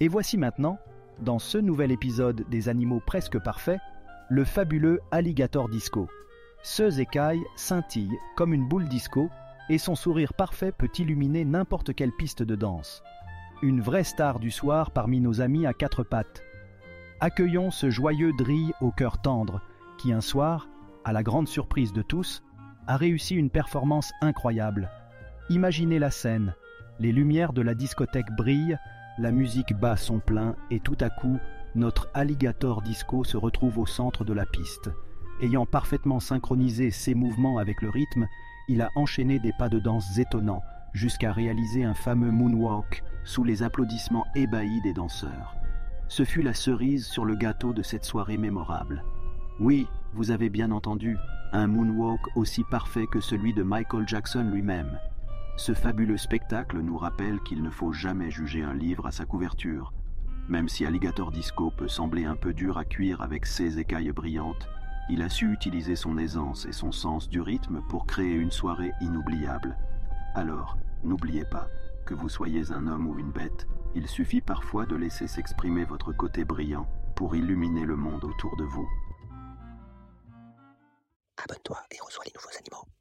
Et voici maintenant, dans ce nouvel épisode des animaux presque parfaits, le fabuleux alligator disco. Ce écaille scintille comme une boule disco et son sourire parfait peut illuminer n'importe quelle piste de danse. Une vraie star du soir parmi nos amis à quatre pattes. Accueillons ce joyeux drille au cœur tendre qui un soir, à la grande surprise de tous, a réussi une performance incroyable. Imaginez la scène, les lumières de la discothèque brillent, la musique bat son plein et tout à coup, notre alligator disco se retrouve au centre de la piste. Ayant parfaitement synchronisé ses mouvements avec le rythme, il a enchaîné des pas de danse étonnants jusqu'à réaliser un fameux moonwalk sous les applaudissements ébahis des danseurs. Ce fut la cerise sur le gâteau de cette soirée mémorable. Oui, vous avez bien entendu, un moonwalk aussi parfait que celui de Michael Jackson lui-même. Ce fabuleux spectacle nous rappelle qu'il ne faut jamais juger un livre à sa couverture. Même si Alligator Disco peut sembler un peu dur à cuire avec ses écailles brillantes, il a su utiliser son aisance et son sens du rythme pour créer une soirée inoubliable. Alors, n'oubliez pas, que vous soyez un homme ou une bête, il suffit parfois de laisser s'exprimer votre côté brillant pour illuminer le monde autour de vous. Abonne-toi et reçois les nouveaux animaux.